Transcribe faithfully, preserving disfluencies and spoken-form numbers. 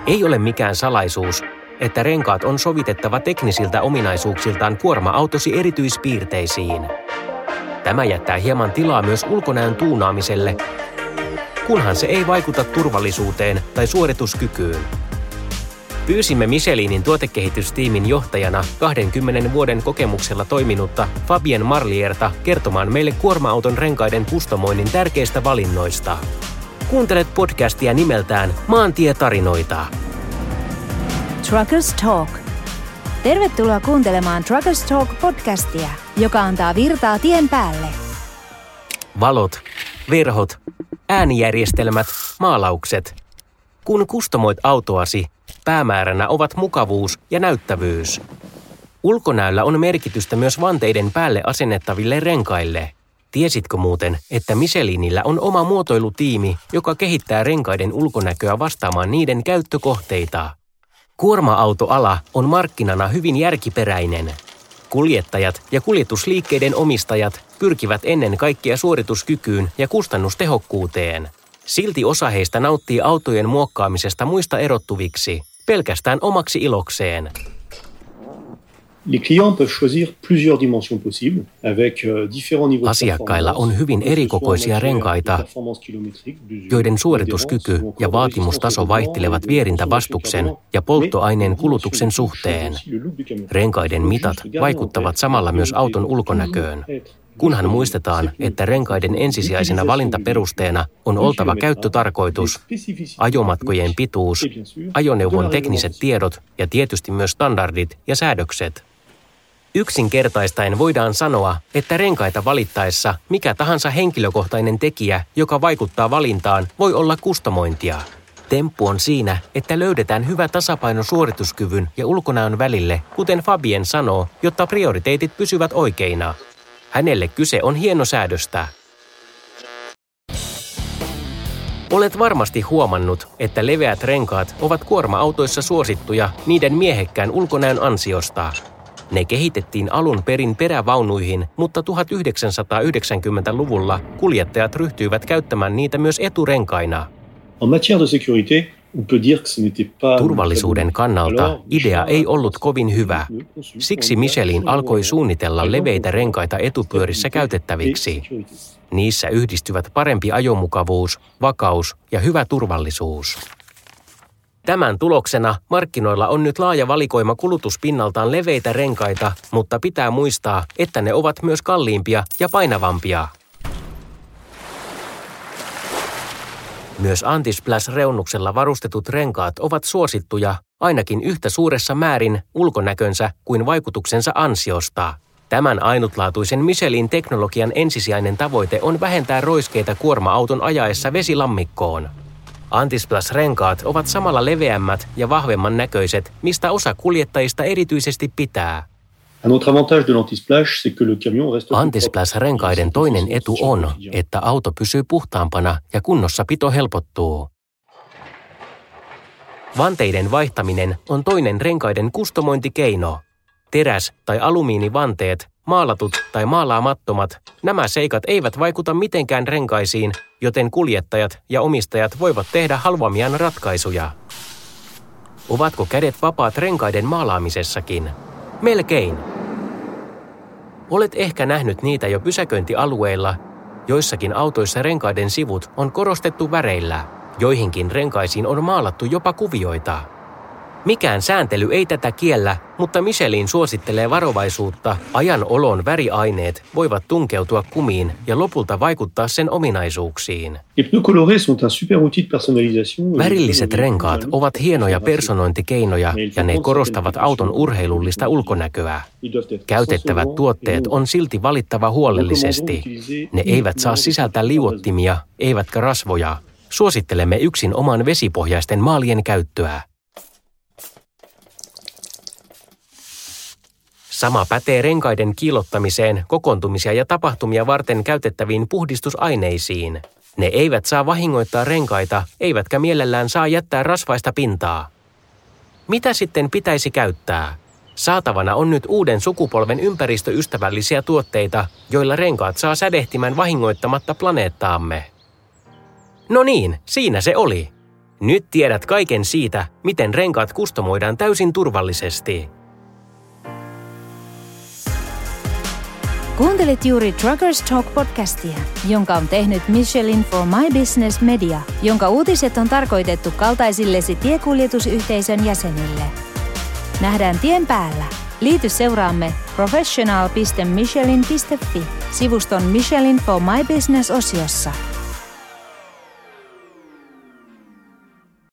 Ei ole mikään salaisuus, että renkaat on sovitettava teknisiltä ominaisuuksiltaan kuorma-autosi erityispiirteisiin. Tämä jättää hieman tilaa myös ulkonäön tuunaamiselle, kunhan se ei vaikuta turvallisuuteen tai suorituskykyyn. Pyysimme Michelinin tuotekehitystiimin johtajana kaksikymmentä vuoden kokemuksella toiminutta Fabien Marlierta kertomaan meille kuorma-auton renkaiden kustomoinnin tärkeistä valinnoista. Kuuntelet podcastia nimeltään Maantietarinoita. Truckers Talk. Tervetuloa kuuntelemaan Truckers Talk-podcastia, joka antaa virtaa tien päälle. Valot, verhot, äänijärjestelmät, maalaukset. Kun kustomoit autoasi, päämääränä ovat mukavuus ja näyttävyys. Ulkonäöllä on merkitystä myös vanteiden päälle asennettaville renkaille. Tiesitkö muuten, että Michelinillä on oma muotoilutiimi, joka kehittää renkaiden ulkonäköä vastaamaan niiden käyttökohteita? Kuorma-autoala on markkinana hyvin järkiperäinen. Kuljettajat ja kuljetusliikkeiden omistajat pyrkivät ennen kaikkea suorituskykyyn ja kustannustehokkuuteen. Silti osa heistä nauttii autojen muokkaamisesta muista erottuviksi, pelkästään omaksi ilokseen. Asiakkailla on hyvin erikokoisia renkaita, joiden suorituskyky ja vaatimustaso vaihtelevat vierintävastuksen ja polttoaineen kulutuksen suhteen. Renkaiden mitat vaikuttavat samalla myös auton ulkonäköön. Kunhan muistetaan, että renkaiden ensisijaisena valintaperusteena on oltava käyttötarkoitus, ajomatkojen pituus, ajoneuvon tekniset tiedot ja tietysti myös standardit ja säädökset. Yksinkertaistaen voidaan sanoa, että renkaita valittaessa mikä tahansa henkilökohtainen tekijä, joka vaikuttaa valintaan, voi olla kustomointia. Temppu on siinä, että löydetään hyvä tasapaino suorituskyvyn ja ulkonäön välille, kuten Fabien sanoo, jotta prioriteetit pysyvät oikeina. Hänelle kyse on hienosäädöstä. Olet varmasti huomannut, että leveät renkaat ovat kuorma-autoissa suosittuja niiden miehekkään ulkonäön ansiosta. Ne kehitettiin alun perin perävaunuihin, mutta tuhatyhdeksänsataayhdeksänkymmentäluvulla kuljettajat ryhtyivät käyttämään niitä myös eturenkaina. Turvallisuuden kannalta idea ei ollut kovin hyvä. Siksi Michelin alkoi suunnitella leveitä renkaita etupyörissä käytettäviksi. Niissä yhdistyvät parempi ajomukavuus, vakaus ja hyvä turvallisuus. Tämän tuloksena markkinoilla on nyt laaja valikoima kulutuspinnaltaan leveitä renkaita, mutta pitää muistaa, että ne ovat myös kalliimpia ja painavampia. Myös anti-splash-reunuksella varustetut renkaat ovat suosittuja ainakin yhtä suuressa määrin ulkonäkönsä kuin vaikutuksensa ansiosta. Tämän ainutlaatuisen Michelin-teknologian ensisijainen tavoite on vähentää roiskeita kuorma-auton ajaessa vesilammikkoon. Anti-splash-renkaat ovat samalla leveämmät ja vahvemman näköiset, mistä osa kuljettajista erityisesti pitää. Anti-splash-renkaiden toinen etu on, että auto pysyy puhtaampana ja kunnossapito helpottuu. Vanteiden vaihtaminen on toinen renkaiden kustomointikeino. Teräs- tai alumiinivanteet, maalatut tai maalaamattomat, nämä seikat eivät vaikuta mitenkään renkaisiin, joten kuljettajat ja omistajat voivat tehdä halvamiaan ratkaisuja. Ovatko kädet vapaat renkaiden maalaamisessakin? Melkein. Olet ehkä nähnyt niitä jo pysäköintialueilla. Joissakin autoissa renkaiden sivut on korostettu väreillä. Joihinkin renkaisiin on maalattu jopa kuvioita. Mikään sääntely ei tätä kiellä, mutta Michelin suosittelee varovaisuutta. Ajan olon väriaineet voivat tunkeutua kumiin ja lopulta vaikuttaa sen ominaisuuksiin. Värilliset renkaat ovat hienoja personointikeinoja ja ne korostavat auton urheilullista ulkonäköä. Käytettävät tuotteet on silti valittava huolellisesti. Ne eivät saa sisältää liuottimia, eivätkä rasvoja. Suosittelemme yksin oman vesipohjaisten maalien käyttöä. Sama pätee renkaiden kiillottamiseen, kokoontumisia ja tapahtumia varten käytettäviin puhdistusaineisiin. Ne eivät saa vahingoittaa renkaita, eivätkä mielellään saa jättää rasvaista pintaa. Mitä sitten pitäisi käyttää? Saatavana on nyt uuden sukupolven ympäristöystävällisiä tuotteita, joilla renkaat saa sädehtimään vahingoittamatta planeettaamme. No niin, siinä se oli. Nyt tiedät kaiken siitä, miten renkaat kustomoidaan täysin turvallisesti. Kuuntelit juuri Truckers Talk-podcastia, jonka on tehnyt Michelin for My Business Media, jonka uutiset on tarkoitettu kaltaisillesi tiekuljetusyhteisön jäsenille. Nähdään tien päällä. Liity seuraamme professional piste michelin piste fi sivuston Michelin for My Business -osiossa.